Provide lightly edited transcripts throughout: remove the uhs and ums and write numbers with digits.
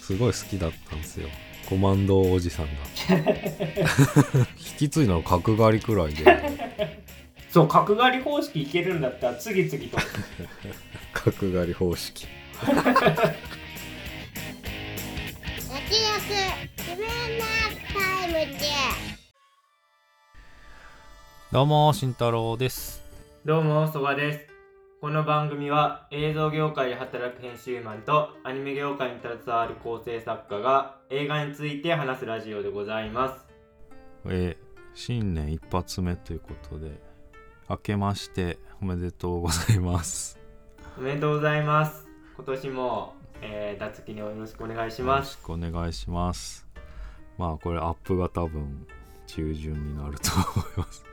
すごい好きだったんですよ、コマンドおじさんが引き継いだの角刈りくらいでそう角刈り方式いけるんだったら次々と角刈り方式自分なタイムで。 どうも慎太郎です。 どうもそばです。この番組は映像業界で働く編集マンとアニメ業界に携わる構成作家が映画について話すラジオでございます。 新年一発目ということで明けましておめでとうございます。 おめでとうございます。今年も、脱期によろしくお願いします。 よろしくお願いします。まあこれアップが多分中旬になると思います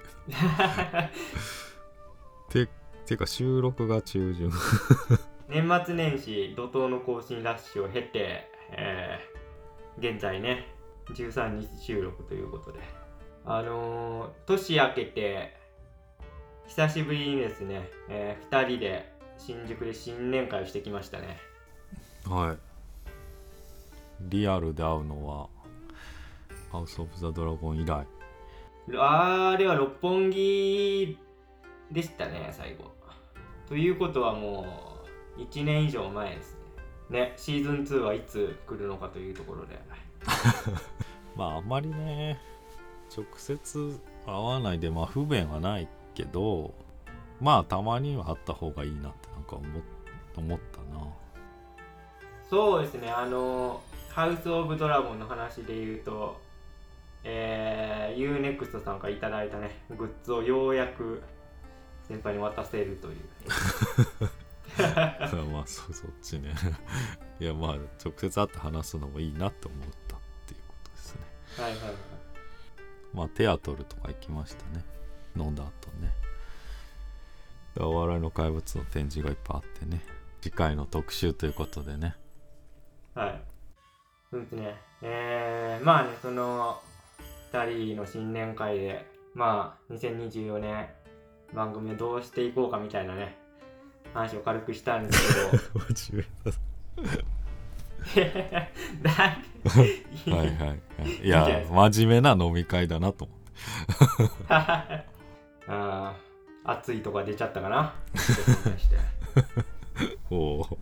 てか収録が中旬年末年始怒涛の更新ラッシュを経て、現在ね13日収録ということで年明けて久しぶりにですね、2人で新宿で新年会をしてきましたね。 はい、リアルで会うのはハウスオブザドラゴン以来。 あれは六本木でしたね最後。ということはもう1年以上前ですね。シーズン2はいつ来るのかというところでまああんまりね直接会わないでまあ不便はないけど、まあたまには会った方がいいなってなんか思ったな。 そうですね、ハウスオブドラゴンの話で言うとUNEXT さんからいただいたねグッズをようやく先輩に渡せるというまあそっちねいやまあ直接会って話すのもいいなって思ったっていうことですね。 はいはいはい。 まあテアトルとか行きましたね、飲んだ後ね。お笑いの怪物の展示がいっぱいあってね、次回の特集ということでね。 はい。そうですね。まあね、その2人の新年会で、まあ2024年番組をどうしていこうかみたいなね、話を軽くしたんですけど。 真面目だ。はいはいはい。いや、真面目な飲み会だなと思ってあ熱いとか出ちゃったかなおお。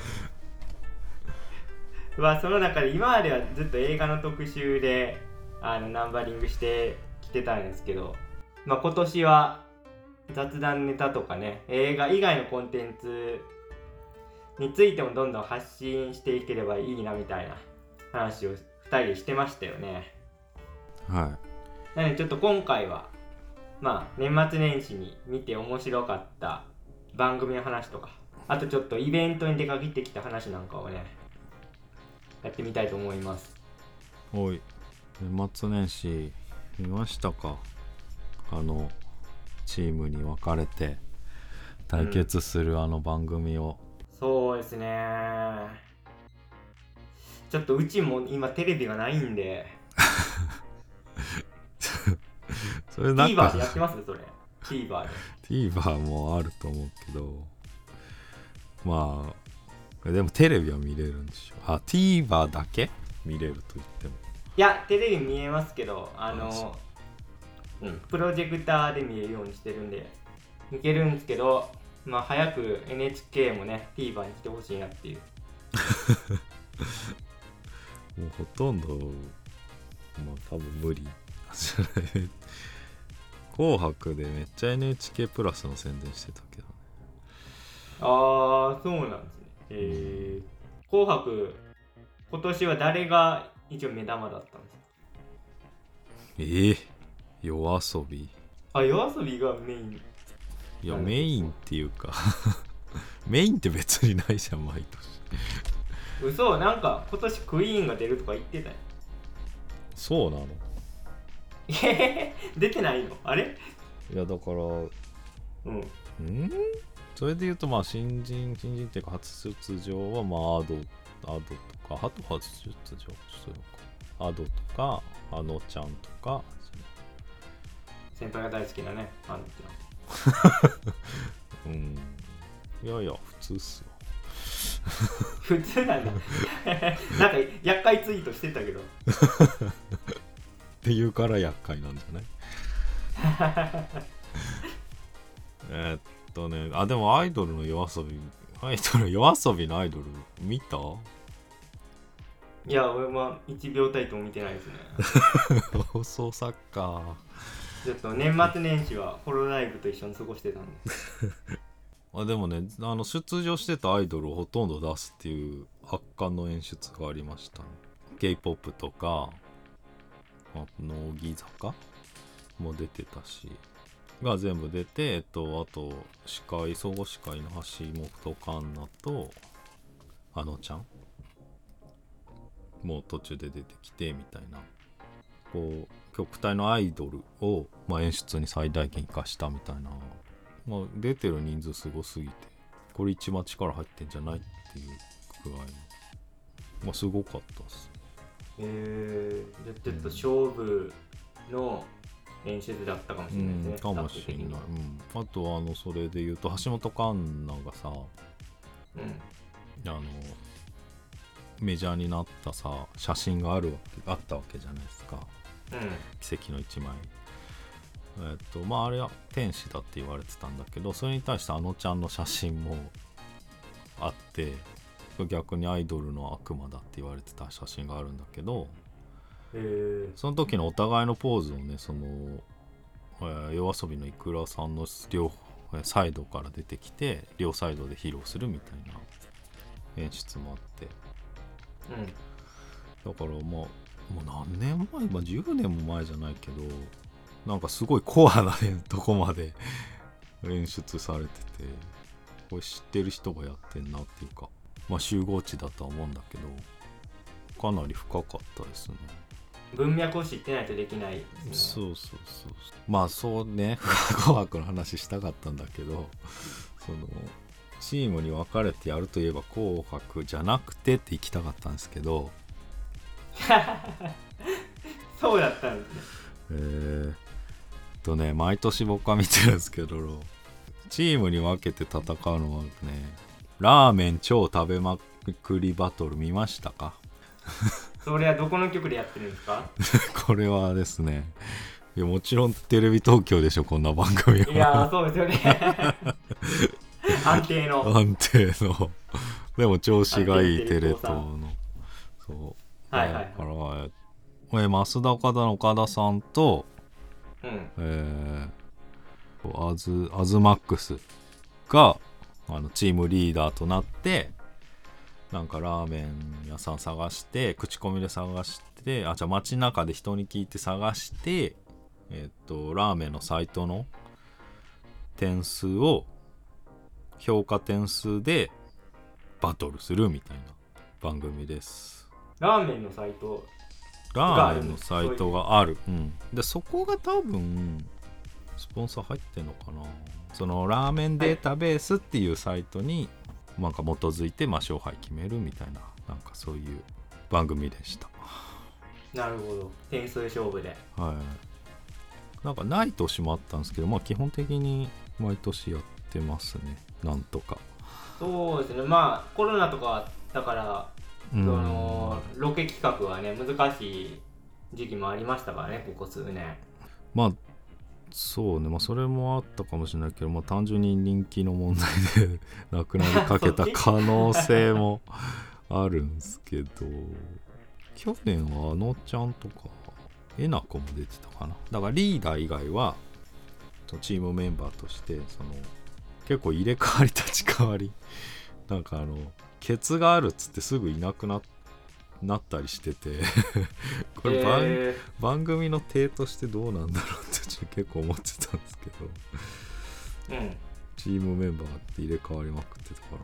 まあその中で今まではずっと映画の特集でナンバリングしてきてたんですけど、まあ今年は雑談ネタとかね、映画以外のコンテンツについてもどんどん発信していければいいなみたいな話を2人でしてましたよね。 はい。 なのでちょっと今回はまあ年末年始に見て面白かった番組の話とか、あとちょっとイベントに出かけてきた話なんかをねやってみたいと思います。 おい、年末年始見ましたか？チームに分かれて対決する番組を。 そうですね。ちょっとうちも今テレビがないんでそれなんか TVer でやってますそれ。 TVer で。 TVer もあると思うけど、まあでもテレビは見れるんでしょ。TVer だけ見れると言っても。 いやテレビ見えますけどプロジェクターで見えるようにしてるんでいけるんですけど、まあ早く NHK もね TVer に来てほしいなっていうもうほとんどまあ多分無理じゃない紅白でめっちゃ NHK プラスの宣伝してたけどね。 ああそうなんですね。紅白今年は誰が一応目玉だったんですか？ 夜遊び。 夜遊びがメイン。 いやメインっていうかメインって別にないじゃん毎年。嘘、なんか今年クイーンが出るとか言ってたよ。 そうなの？ 出てないの？あれ？ いやだからそれで言うとまあ新人っていうか初出場はまあアドとか、あと初出場アドとかあのちゃんとか先輩が大好きなねあのちゃんいやいや普通っすよ。 普通なんだなんか厄介ツイートしてたけどっていうから厄介なんじゃないでもアイドルの夜遊びのアイドル見た？ いや俺も1秒たりとも見てないですね放送作家ちょっと年末年始はホロライブと一緒に過ごしてたんででもね出場してたアイドルをほとんど出すっていう圧巻の演出がありましたね。 K-POP とか乃木坂も出てたしが全部出て、あと総合司会の橋本環奈とあのちゃんもう途中で出てきてみたいな、こう曲体のアイドルを、演出に最大限生かしたみたいな、出てる人数すごすぎてこれ一番力入ってんじゃないっていうくらい、すごかったっす。 じゃあちょっと勝負の演出だったかもしれないですね、 かもしれない、あとそれで言うと橋本環奈がさ、メジャーになったさ写真があったわけじゃないですか、奇跡の一枚。あれは天使だって言われてたんだけど、それに対してあのちゃんの写真もあって、逆にアイドルの悪魔だって言われてた写真があるんだけど、その時のお互いのポーズをね、夜遊びのいくらさんの両サイドから出てきて両サイドで披露するみたいな演出もあって、だからもう何年前、10年も前じゃないけど、なんかすごいコアなとこまで演出されてて、これ知ってる人がやってんなっていうか、集合値だとは思うんだけど、かなり深かったですね。 文脈を知ってないとできないですね。 そうそうね紅白の話したかったんだけど、チームに分かれてやるといえば紅白じゃなくてって行きたかったんですけどそうだったんですね。毎年僕は見てるんですけど、チームに分けて戦うのはね、ラーメン超食べまくりバトル見ましたか？ それはどこの局でやってるんですか？ これはですね、もちろんテレビ東京でしょ、こんな番組は。 いやそうですよね安定のでも調子がいいテレ東の、そうだから増田岡田の岡田さんと、アズマックスがチームリーダーとなって、なんかラーメン屋さん探して、口コミで探して、街中で人に聞いて探して、ラーメンのサイトの点数を評価点数でバトルするみたいな番組です。 ラーメンのサイトがある。でそこが多分スポンサー入ってんのかな。そのラーメンデータベースっていうサイトになんか基づいて勝敗決めるみたいな、なんかそういう番組でした。 なるほど、点数勝負で。 なんかない年もあったんですけど、基本的に毎年やってますね、なんとか。 そうですね、コロナとかだから、ロケ企画はね難しい時期もありましたからね、ここ数年。 そうね、それもあったかもしれないけど、単純に人気の問題でなくなりかけた可能性もあるんですけど去年はあのちゃんとかえなこも出てたかな。だからリーダー以外はチームメンバーとして結構入れ替わり立ち替わり、なんかケツがあるっつってすぐいなくなったりしててこれ、番組の体としてどうなんだろうって結構思ってたんですけど、チームメンバーって入れ替わりまくってたから、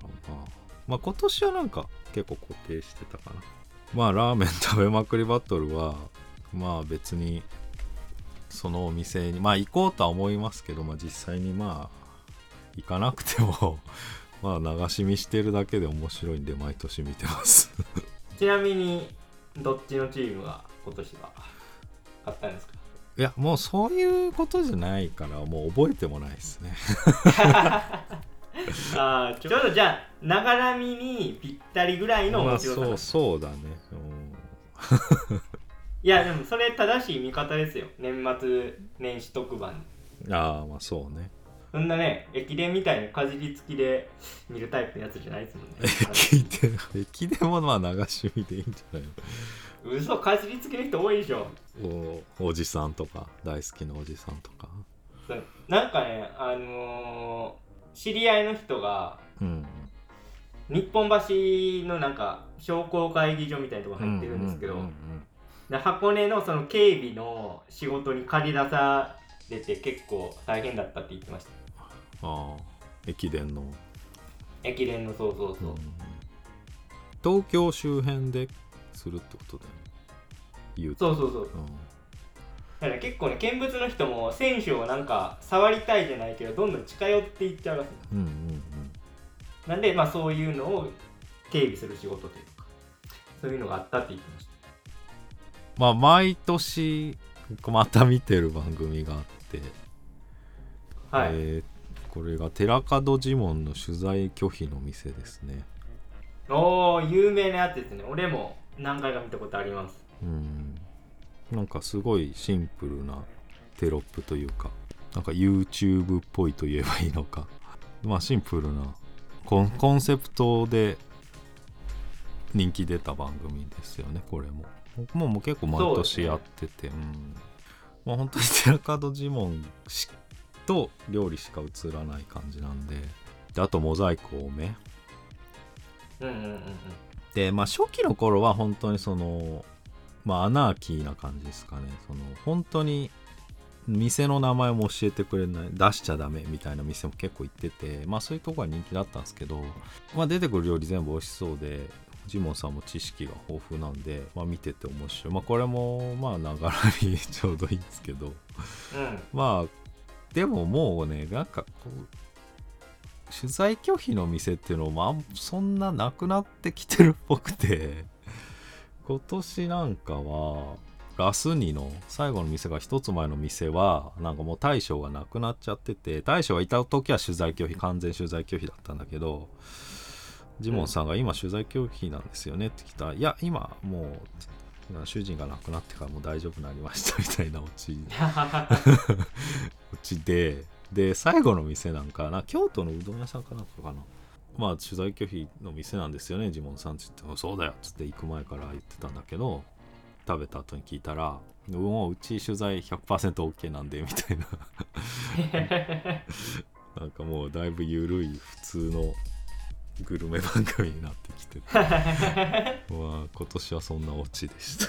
今年はなんか結構固定してたかな。ラーメン食べまくりバトルは別にそのお店に行こうとは思いますけど、実際に行かなくても流し見してるだけで面白いんで毎年見てますちなみにどっちのチームが今年は勝ったんですか？ いやもうそういうことじゃないからもう覚えてもないですねちょうどじゃあながらみにぴったりぐらいの面白さ、 まあそうだね、 いやでもそれ正しい見方ですよ。年末年始特番、 ああまあそうね。 そんなね駅伝みたいにかじりつきで見るタイプのやつじゃないですもんね。 駅伝もまあ流し見でいいんじゃないの。 嘘、かじりつきの人多いでしょ。 おじさんとか大好きなおじさんとか。 なんかね知り合いの人が、日本橋のなんか商工会議場みたいなとこ入ってるんですけど、で箱根のその警備の仕事に借り出されて結構大変だったって言ってました。 ああ、駅伝のそうそうそう、 東京周辺でするってことだよね、言うと。 そう、だから結構ね見物の人も選手をなんか触りたいじゃないけどどんどん近寄っていっちゃうらしい、なんでまあそういうのを警備する仕事というかそういうのがあったって言ってました。 まあ毎年また見てる番組があって、 はい、 これが寺門ジモンの取材拒否の店ですね。 おー、有名なやつですね。俺も何回か見たことあります。 なんかすごいシンプルなテロップというか、なんか YouTube っぽいと言えばいいのか、まあシンプルなコンセプトで人気出た番組ですよね。これもう結構毎年やってて、まあ本当に寺門ジモンと料理しか映らない感じなんで、あとモザイク多めで、まあ初期の頃は本当にそのまあアナーキーな感じですかね。その本当に店の名前も教えてくれない、出しちゃダメみたいな店も結構行ってて、まあそういうとこが人気だったんですけど、まあ出てくる料理全部美味しそうで、ジモンさんも知識が豊富なんで、まあ見てて面白い。まあこれもまあながらにちょうどいいんですけど、まあでももうね、なんかこう取材拒否の店っていうのもそんななくなってきてるっぽくて、今年なんかはラス2の最後の店が一つ前の店はなんかもう大将がなくなっちゃってて、大将がいた時は取材拒否、完全取材拒否だったんだけど、ジモンさんが今取材拒否なんですよねって聞いたら、いや今もう主人が亡くなってからもう大丈夫になりましたみたいなオチで最後の店なんかな、京都のうどん屋さんかなんかかな、まあ取材拒否の店なんですよねジモンさんって言って、そうだよっつって行く前から言ってたんだけど、食べた後に聞いたら、もううち取材 100%OK なんでみたいななんかもうだいぶ緩い普通のグルメ番組になってきててまあ今年はそんなオチでした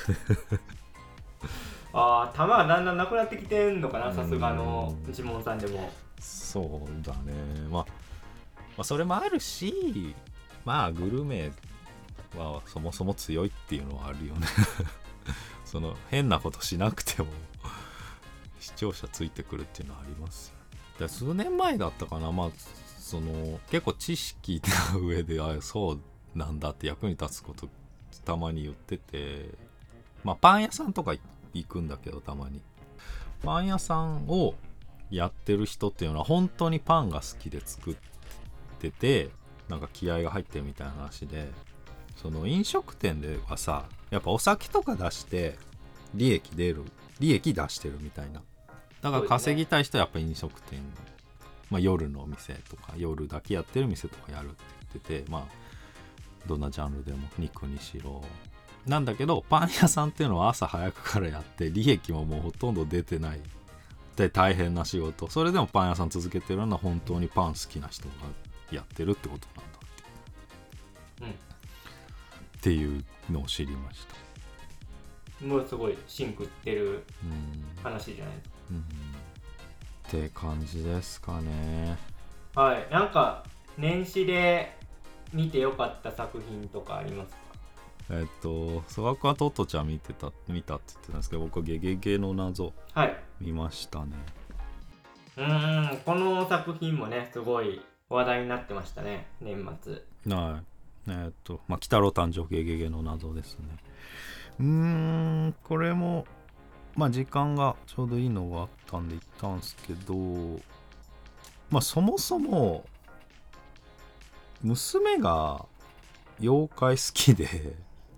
玉がだんだんなくなってきてんのかな、さすがのジモンさんでも。 そうだね、まあそれもあるし、まあグルメはそもそも強いっていうのはあるよねその変なことしなくても視聴者ついてくるっていうのはありますよ。で数年前だったかな、まあその結構知識な上でそうなんだって役に立つことたまに言ってて、まあパン屋さんとか行くんだけど、たまにパン屋さんをやってる人っていうのは本当にパンが好きで作ってて、なんか気合が入ってるみたいな話で、その飲食店ではさ、やっぱお酒とか出して利益出してるみたいな、だから稼ぎたい人はやっぱ飲食店、まあ、夜の店とか夜だけやってる店とかやるって言ってて、まあどんなジャンルでも肉にしろなんだけど、パン屋さんっていうのは朝早くからやって利益ももうほとんど出てないで大変な仕事、それでもパン屋さん続けてるのは本当にパン好きな人がやってるってことなんだっていうのを知りました。 もうすごいシンクってる話じゃないですか。 って感じですかね。 はい、なんか年始で見てよかった作品とかありますか？ 曽我君はトットちゃん見たって言ってたんですけど、僕はゲゲゲの謎見ましたね。 この作品もねすごい話題になってましたね、年末。 はい。まあ、鬼太郎誕生ゲゲゲの謎ですね。これもまあ時間がちょうどいいのがあったんで行ったんですけど、まあそもそも娘が妖怪好きで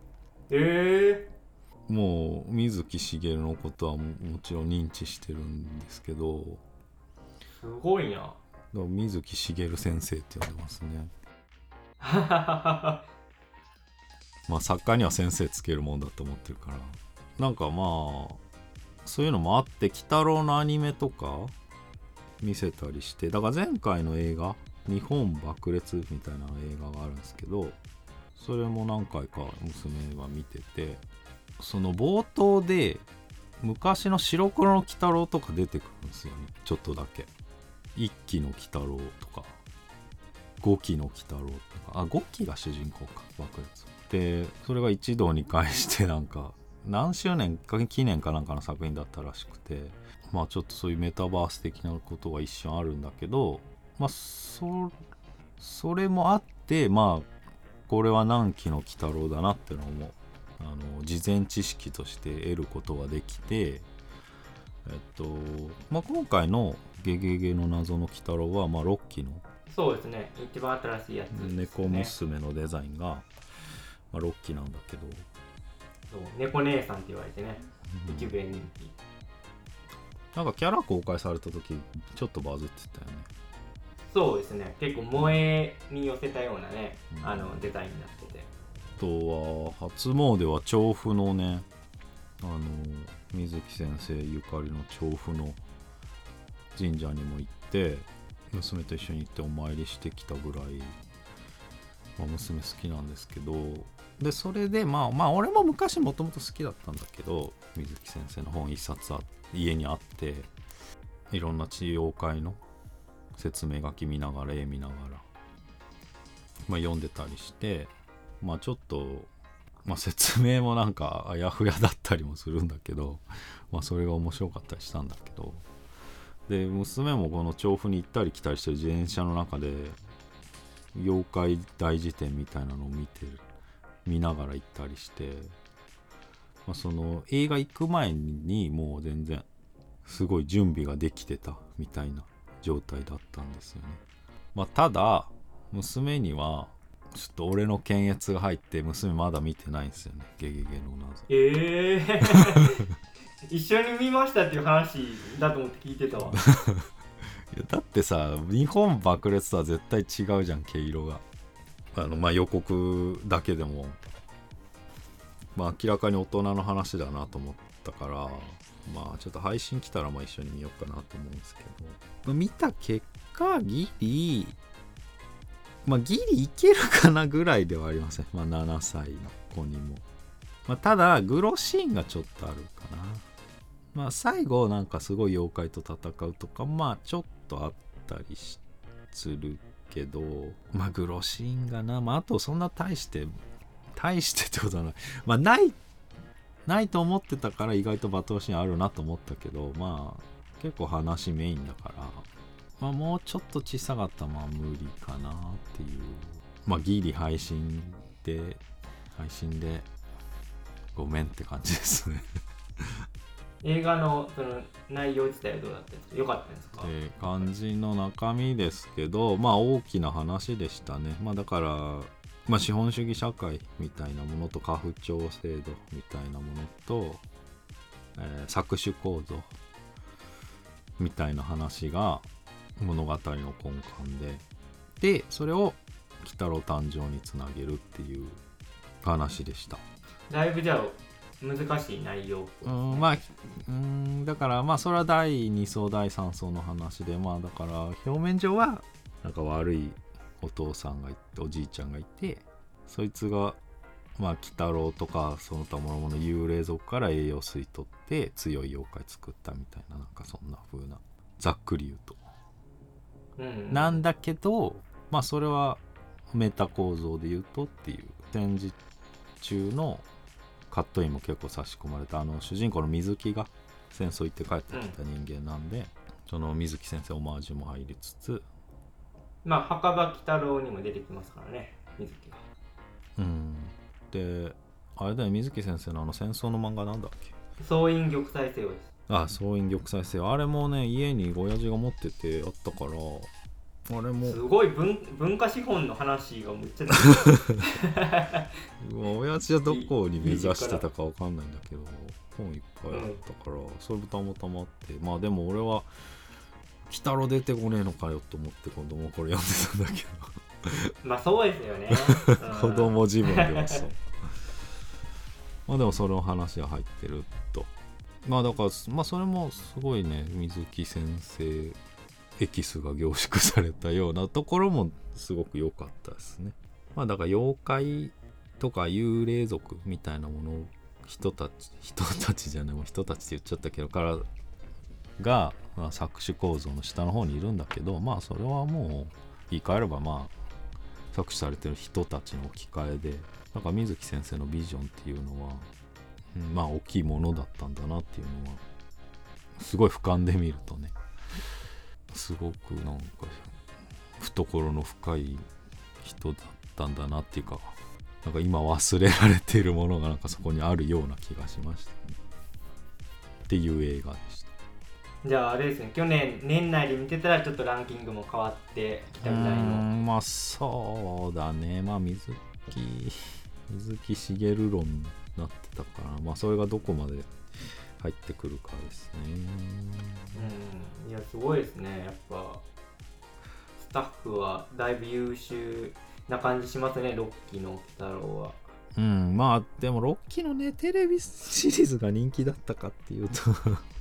もう水木しげるのことは もちろん認知してるんですけど、 すごいな。 だから水木しげる先生って呼んでますね。まあ作家には先生つけるもんだと思ってるから、なんかまあそういうのもあって鬼太郎のアニメとか見せたりして、だから前回の映画日本爆裂みたいな映画があるんですけど、それも何回か娘が見てて、その冒頭で昔の白黒の鬼太郎とか出てくるんですよね。ちょっとだけ1期の鬼太郎とか5期の鬼太郎とか、5期が主人公か爆裂で、それが一堂に会してなんか何周年か記念かなんかの作品だったらしくて、まあちょっとそういうメタバース的なことが一瞬あるんだけど、まあそれもあって、まあこれは何期の鬼太郎だなってのも事前知識として得ることができて、まあ今回のゲゲゲの謎の鬼太郎はまあ6期のそうですね、一番新しいやつですね。 猫娘のデザインが、まあ、6期なんだけど、 そう猫姉さんって言われてね、一部人気。 なんかキャラ公開された時ちょっとバズってたよね。 そうですね、結構萌えに寄せたようなね、デザインになってて。 あとは初詣は調布のね、水木先生ゆかりの調布の神社にも行って、娘と一緒に行ってお参りしてきたぐらい、まあ、娘好きなんですけど、でそれでまあ俺も昔もともと好きだったんだけど、水木先生の本一冊家にあって、いろんな妖怪の説明書き見ながら絵見ながら、まあ、読んでたりして、まあちょっと、まあ、説明もなんかあやふやだったりもするんだけど、まあそれが面白かったりしたんだけど、で娘もこの調布に行ったり来たりしてる自転車の中で妖怪大辞典みたいなのを見ながら行ったりして、まあ、その映画行く前にもう全然すごい準備ができてたみたいな状態だったんですよね。まあただ娘にはちょっと俺の検閲が入って娘まだ見てないんですよね、ゲゲゲの謎。 一緒に見ましたっていう話だと思って聞いてたわ。 いやだってさ、日本爆裂とは絶対違うじゃん、毛色が。まあ予告だけでもまあ明らかに大人の話だなと思ったから、まあちょっと配信来たらまあ一緒に見ようかなと思うんですけど、見た結果ギリいけるかなぐらいではありません。まあ7歳の子にも、まあ、ただグロシーンがちょっとあるかな。まあ最後なんかすごい妖怪と戦うとかまあちょっとあったりするけど、まあグロシーンがな、まああとそんな大してってことはない、まあないと思ってたから意外とバトルシーンあるなと思ったけど、まあ結構話メインだから、まあもうちょっと小さかったらまあ無理かなっていう、まあギリ配信でごめんって感じですね。 映画のその内容自体はどうだったんですか？良かったんですか？ 感じの中身ですけど、まあ大きな話でしたね。まあだから、まあ資本主義社会みたいなものと家父長制度みたいなものと、搾取構造みたいな話が物語の根幹で、それを鬼太郎誕生につなげるっていう話でした。 だいぶじゃあ難しい内容。 だからまあそれは第2層第3層の話で、まあだから表面上はなんか悪いお父さんがいておじいちゃんがいて、そいつがまあ鬼太郎とかその他諸々の幽霊族から栄養吸い取って強い妖怪作ったみたいな、なんかそんな風なざっくり言うと、なんだけど、まあそれはメタ構造で言うとっていう、展示中のカットインも結構差し込まれた、主人公の水木が戦争行って帰ってきた人間なんで、その水木先生オマージュも入りつつ、 まあ墓場鬼太郎にも出てきますからね、水木が。 であれだよ、水木先生の戦争の漫画なんだっけ、 総員玉砕せよです。 総員玉砕せよ、あれもね家に親父が持っててあったから、 あれもすごい文化資本の話がめっちゃ親父はどこに目指してたかわかんないんだけど本いっぱいあったから、それもたまたまあって、まあでも俺は鬼太郎出てこねえのかよと思って子供これ読んでたんだけどまあそうですよね、 子供自分ではそうまあでもそれの話が入ってると、まあだからまあそれもすごいね、水木先生エキスが凝縮されたようなところもすごく良かったですね。まあだから妖怪とか幽霊族みたいなものを人たちじゃないもう人たちって言っちゃったけどからが、まあ、搾取構造の下の方にいるんだけど、まあそれはもう言い換えればまあ搾取されてる人たちの置き換えで、なんか水木先生のビジョンっていうのは、まあ大きいものだったんだなっていうのはすごい俯瞰で見るとね、すごくなんか懐の深い人だったんだなっていうか、なんか今忘れられているものがなんかそこにあるような気がしましたねっていう映画でした。 じゃああれですね、去年年内で見てたらちょっとランキングも変わってきたみたいの。 まあそうだね、まあ水木しげる論になってたから、まあそれがどこまで入ってくるかですね。 いやすごいですね、やっぱスタッフはだいぶ優秀な感じしますね、ロッキーの鬼太郎は。 まあでもロッキーのねテレビシリーズが人気だったかっていうと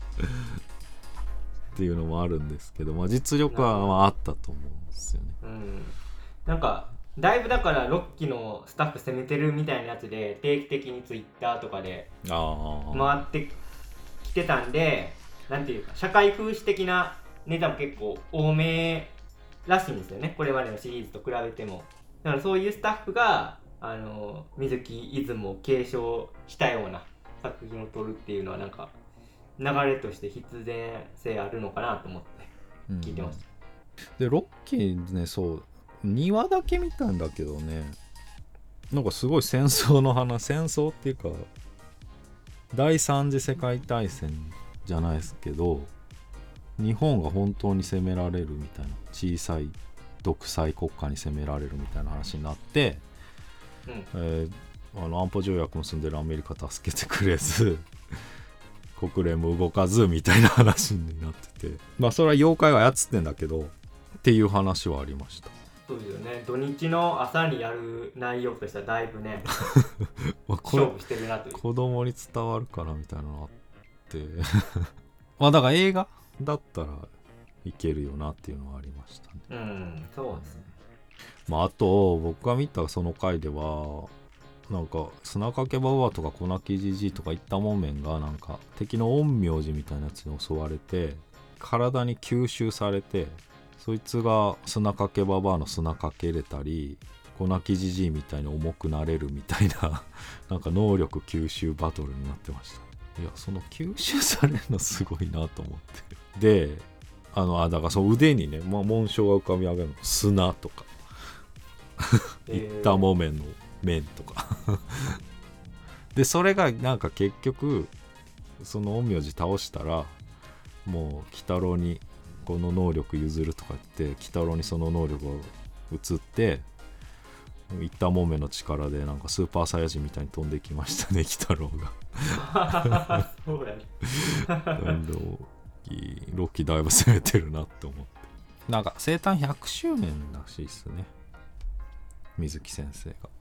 っていうのもあるんですけど、まあ実力はまああったと思うんですよね。 なんかだいぶだからロッキーのスタッフ攻めてるみたいなやつで定期的にツイッターとかで回ってきてたんで、なんていうか社会風刺的なネタも結構多めらしいんですよね、これまでのシリーズと比べても。だからそういうスタッフが水木イズムを継承したような作品を撮るっていうのはなんか流れとして必然性あるのかなと思って聞いてました。 でロッキーね、そう2話だけ見たんだけどね、なんかすごい戦争っていうか第三次世界大戦じゃないですけど、日本が本当に攻められるみたいな、小さい独裁国家に攻められるみたいな話になって、安保条約も結んでるアメリカ助けてくれず国連も動かずみたいな話になってて、まあそれは妖怪を操ってんだけどっていう話はありました。 そうですよね、土日の朝にやる内容としてはだいぶね勝負してるなという。 子供に伝わるかなみたいなのあってまあだから映画だったらいけるよなっていうのはありましたね。 そうですね。 まああと僕が見たその回ではなんか砂かけばばとか粉木じじいとかいったもんめんがなんか敵の陰陽師みたいなやつに襲われて体に吸収されて、そいつが砂かけばばの砂かけれたり粉木じじいみたいに重くなれるみたいななんか能力吸収バトルになってました。いやその吸収されるのすごいなと思ってでだからその腕にね、紋章が浮かび上がるの砂とかいったもめの面とかでそれがなんか結局その陰陽師倒したらもう鬼太郎にこの能力譲るとか言って鬼太郎にその能力を移っていったもめの力でなんかスーパーサイヤ人みたいに飛んできましたね鬼太郎がそうやねロッキーだいぶ攻めてるなって思って、なんか生誕100周年らしいですね水木先生が。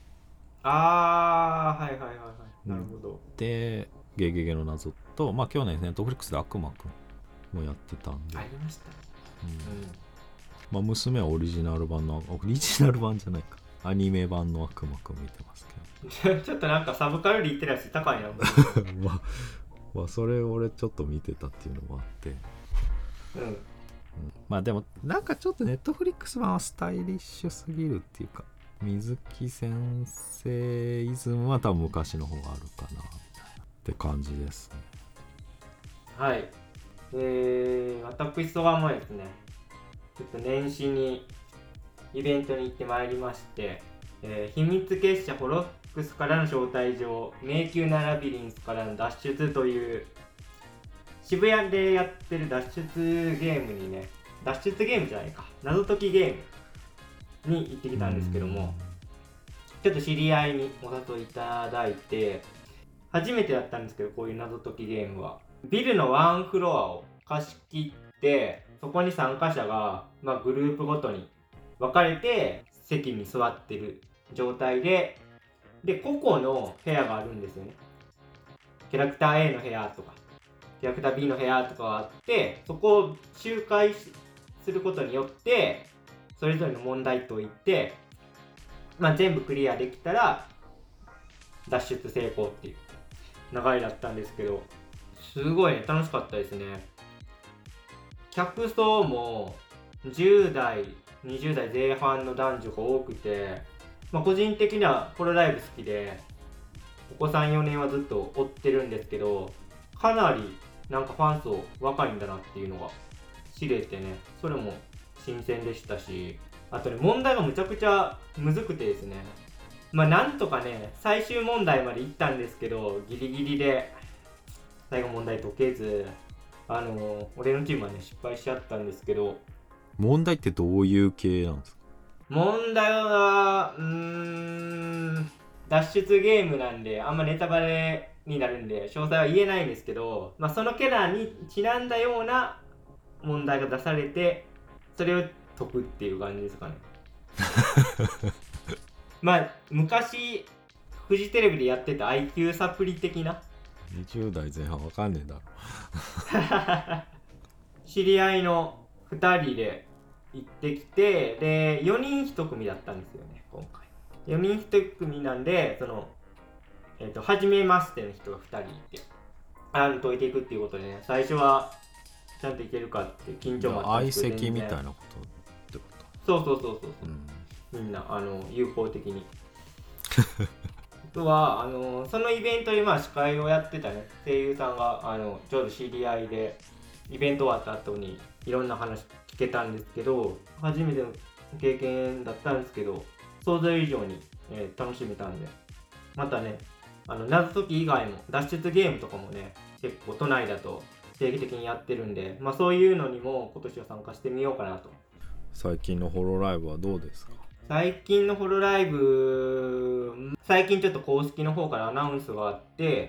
はいなるほど。 でゲゲゲの謎と、まあ去年ネットフリックスで悪魔くんもやってたんでありました、 まあ娘はオリジナル版じゃないかアニメ版の悪魔くん見てますけどちょっとなんかサブカルリテラシー高いなまあそれ俺ちょっと見てたっていうのもあってまあでもなんかちょっとネットフリックス版はスタイリッシュすぎるっていうか、水木先生イズムは多分昔の方があるかなみたいなって感じですね。 はい。私とはもですね、ちょっと年始にイベントに行ってまいりまして、秘密結社ホロックスからの招待状、迷宮なラビリンスからの脱出という渋谷でやってる脱出ゲームにね脱出ゲームじゃないか、謎解きゲームに行ってきたんですけども、ちょっと知り合いにお誘いいただいて、初めてだったんですけど、こういう謎解きゲームはビルのワンフロアを貸し切って、そこに参加者が、グループごとに分かれて席に座ってる状態で、個々の部屋があるんですよね。キャラクター A の部屋とかキャラクター B の部屋とかがあって、そこを周回することによってそれぞれの問題といって、全部クリアできたら脱出成功っていう流れだったんですけど、すごいね、楽しかったですね。客層も10代20代前半の男女が多くて、個人的にはホロライブ好きでここ 3,4 年はずっと追ってるんですけど、かなりなんかファン層若いんだなっていうのが知れてね、それも新鮮でしたし、あとね、問題がむちゃくちゃむずくてですね、なんとかね最終問題まで行ったんですけど、ギリギリで最後問題解けず、俺のチームはね失敗しちゃったんですけど。 問題ってどういう系なんですか？ 問題は脱出ゲームなんであんまネタバレになるんで詳細は言えないんですけど、そのキャラにちなんだような問題が出されて、それを解くっていう感じですかね。昔フジテレビでやってた IQ サプリ的な。 20代前半わかんねえだろ。 知り合いの2人で行ってきて、で4人1組だったんですよね今回。4人1組なんで、初めましての人が2人いて解いていくっていうことでね、最初はちゃんといけるかって緊張もあったんですけど、 相席みたいなことってこそう、 と？ みんな友好的に。あとはそのイベントで司会をやってたね声優さんがちょうど知り合いで、イベント終わった後にいろんな話聞けたんですけど、初めての経験だったんですけど、想像以上に、楽しめたんで、またね謎解き以外も脱出ゲームとかもね結構都内だと定期的にやってるんで、そういうのにも今年は参加してみようかなと。 最近のホロライブはどうですか？ 最近のホロライブ、最近ちょっと公式の方からアナウンスがあって、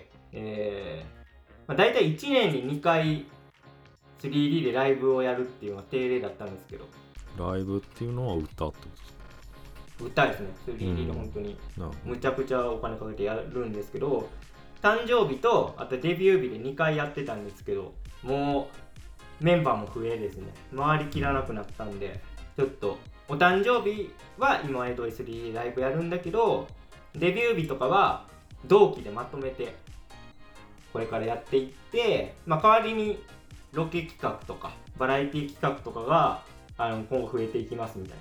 だいたい1年に2回 3D でライブをやるっていうのが定例だったんですけど。 ライブっていうのは歌ってことですか？ 歌ですね。3D で本当にむちゃくちゃお金かけてやるんですけど、誕生日とあとデビュー日で2回やってたんですけど、もうメンバーも増えですね、回りきらなくなったんで、ちょっとお誕生日は今江戸 3D ライブやるんだけど、デビュー日とかは同期でまとめてこれからやっていって、代わりにロケ企画とかバラエティ企画とかが今後増えていきますみたい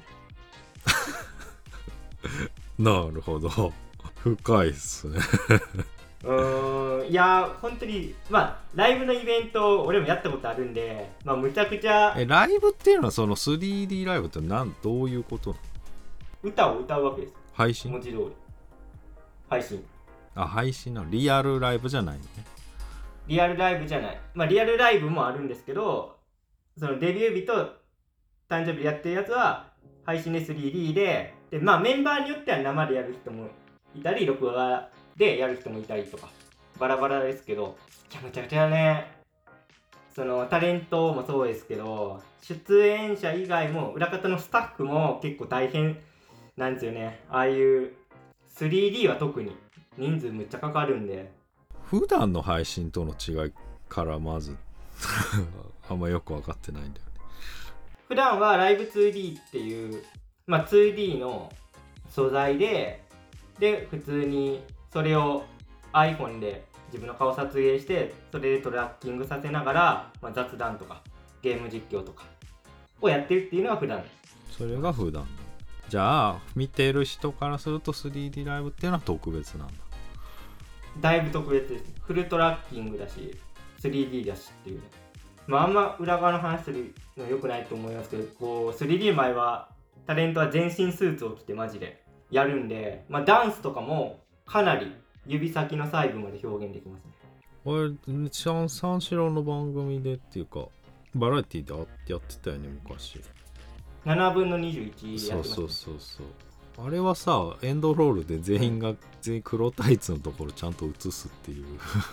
な。なるほど。深いっすね。 いや本当にライブのイベント俺もやったことあるんで、むちゃくちゃ。 ライブっていうのはその 3D ライブってどういうことなの？ 歌を歌うわけです。 配信？ 文字通り配信。 配信なの？リアルライブじゃないのね。 リアルライブじゃない。リアルライブもあるんですけど、そのデビュー日と誕生日でやってるやつは配信で 3D で、メンバーによっては生でやる人もいたり、録画でやる人もいたりとかバラバラですけど、めちゃくちゃね、そのタレントもそうですけど、出演者以外も裏方のスタッフも結構大変なんですよね。ああいう 3D は特に人数むっちゃかかるんで。 普段の配信との違いからまずあんまよく分かってないんだよね。 普段はライブ 2D っていう、2D の素材で普通にそれを iPhone で自分の顔撮影して、それでトラッキングさせながら、雑談とかゲーム実況とかをやってるっていうのが普段。 それが普段。じゃあ見てる人からすると 3D ライブっていうのは特別なんだ。 だいぶ特別です。フルトラッキングだし 3D だしっていうね。あんま裏側の話するの良くないと思いますけど、3D の場合はタレントは全身スーツを着てマジでやるんで、ダンスとかもかなり指先の細部まで表現できますね。 これ三四郎の番組でっていうかバラエティでやってたよね昔。 7分の21でやってました、ね、 そうあれはさエンドロールで全員黒タイツのところちゃんと映すっていう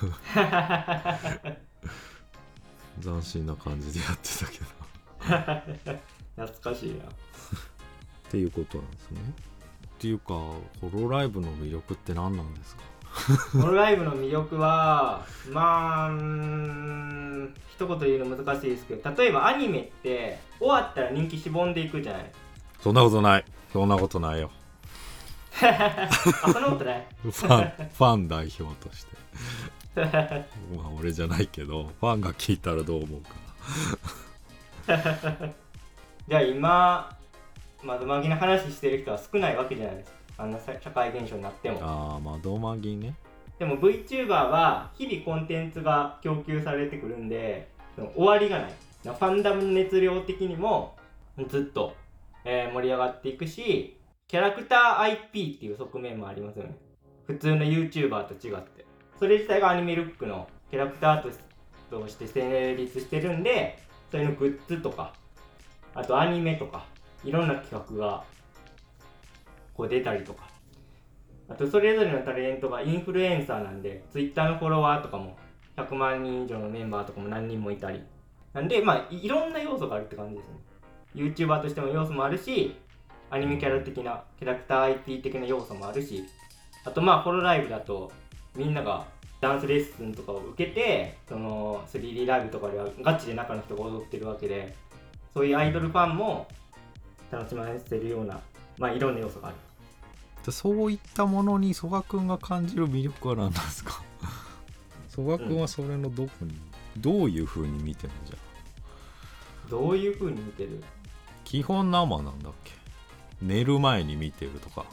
斬新な感じでやってたけど懐かしいなっていうことなんですね。っていうかホロライブの魅力って何なんですか？ ホロライブの魅力はまあ一言で言うの難しいですけど、例えばアニメって終わったら人気しぼんでいくじゃない。 そんなことないよあ、そんなことないファン代表としてまあ俺じゃないけどファンが聞いたらどう思うかじゃあ今窓マギの話してる人は少ないわけじゃないですか。あんな社会現象になっても。 ああ窓マギね。 でも VTuber は日々コンテンツが供給されてくるんで終わりがない。ファンダムの熱量的にもずっと、盛り上がっていくし、キャラクター IP っていう側面もありますよね。普通の YouTuber と違って。それ自体がアニメルックのキャラクターとして成立してるんで、それのグッズとか、あとアニメとか、いろんな企画がこう出たりとか。あとそれぞれのタレントがインフルエンサーなんで Twitter のフォロワーとかも100万人以上のメンバーとかも何人もいたりなんで、まあいろんな要素があるって感じですね。 YouTuber としての要素もあるし、アニメキャラ的なキャラクター IP 的な要素もあるし、あとまあホロライブだとみんながダンスレッスンとかを受けてその 3D ライブとかではガチで中の人が踊ってるわけで、そういうアイドルファンも楽しませるような、まあいろんな要素がある。 そういったものに曽我くんが感じる魅力は何なんですか？曽我くんはそれのどこに、どういう風に見てるんじゃ？ どういう風に見てる？ 基本生なんだっけ？寝る前に見てるとか。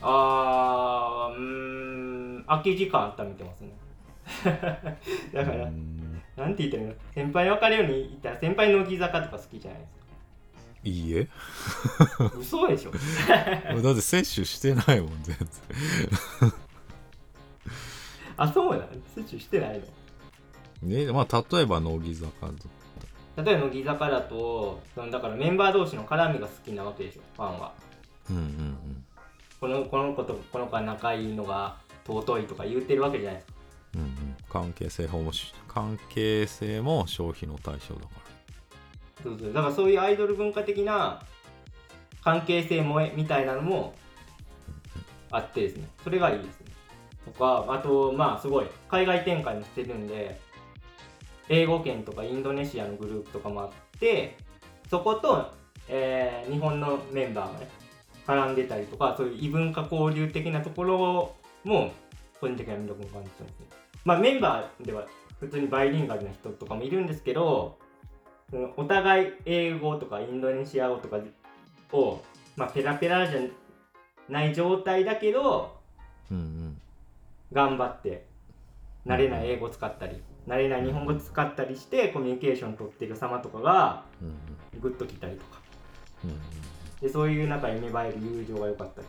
空き時間あったら見てますねだからなんて言ってるの、先輩に分かるように言ったら先輩の乃木坂とか好きじゃないですか。 いいえ嘘でしょだって摂取してないもん全然あ、そうなの？摂取してないのね。まあ例えば乃木坂例えば乃木坂だとだからメンバー同士の絡みが好きなわけでしょ、ファンは。この子とこの子は仲いいのが尊いとか言ってるわけじゃないですか。 関係性も消費の対象だから。 そうだからそういうアイドル文化的な関係性萌えみたいなのもあってですね、それがいいですね。とかあとまあすごい海外展開もしてるんで、英語圏とかインドネシアのグループとかもあって、そこと、日本のメンバーがね絡んでたりとか、そういう異文化交流的なところも個人的な魅力を感じてますね。まあメンバーでは普通にバイリンガルな人とかもいるんですけど、お互い英語とかインドネシア語とかを、まあ、ペラペラじゃない状態だけど、頑張って慣れない英語使ったり、慣れない日本語使ったりしてコミュニケーション取ってる様とかがグッときたりとか、でそういう中に芽生える友情が良かったり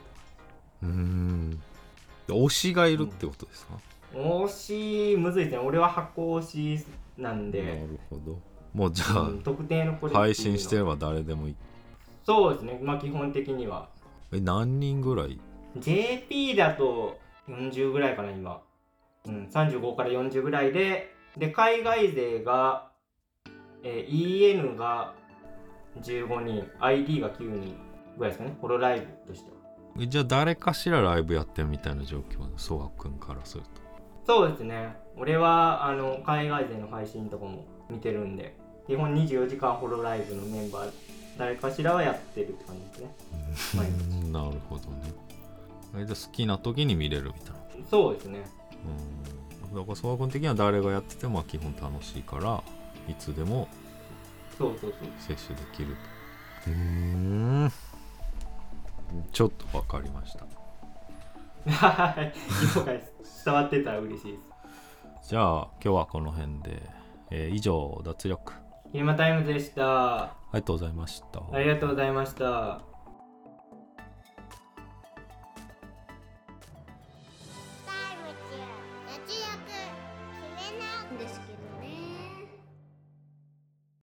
とか。 推しがいるってことですか？ 推しむずいですね。俺は箱推しなんで。 なるほど。もうじゃあ、 特定の子で配信してれば誰でもいい。 そうですね、まあ基本的には。 何人ぐらい？ JP だと40ぐらいかな今。35から40ぐらいで、海外勢が、EN が15人、ID が9人ぐらいですかね、ホロライブとしては。 じゃあ誰かしらライブやってるみたいな状況なの、曽我くんからすると。 そうですね、俺は海外勢の配信とかも見てるんで、基本24時間ホロライブのメンバー誰かしらはやってるって感じですね。 なるほどね。で好きな時に見れるみたいな。 そうですね。 だから曽我君的には誰がやってても基本楽しいからいつでも摂取できると。ちょっと分かりました。 はい、伝わってたら嬉しいです。 じゃあ今日はこの辺で、以上脱力昼間タイムズでした。 ありがとうございました。 ありがとうございました。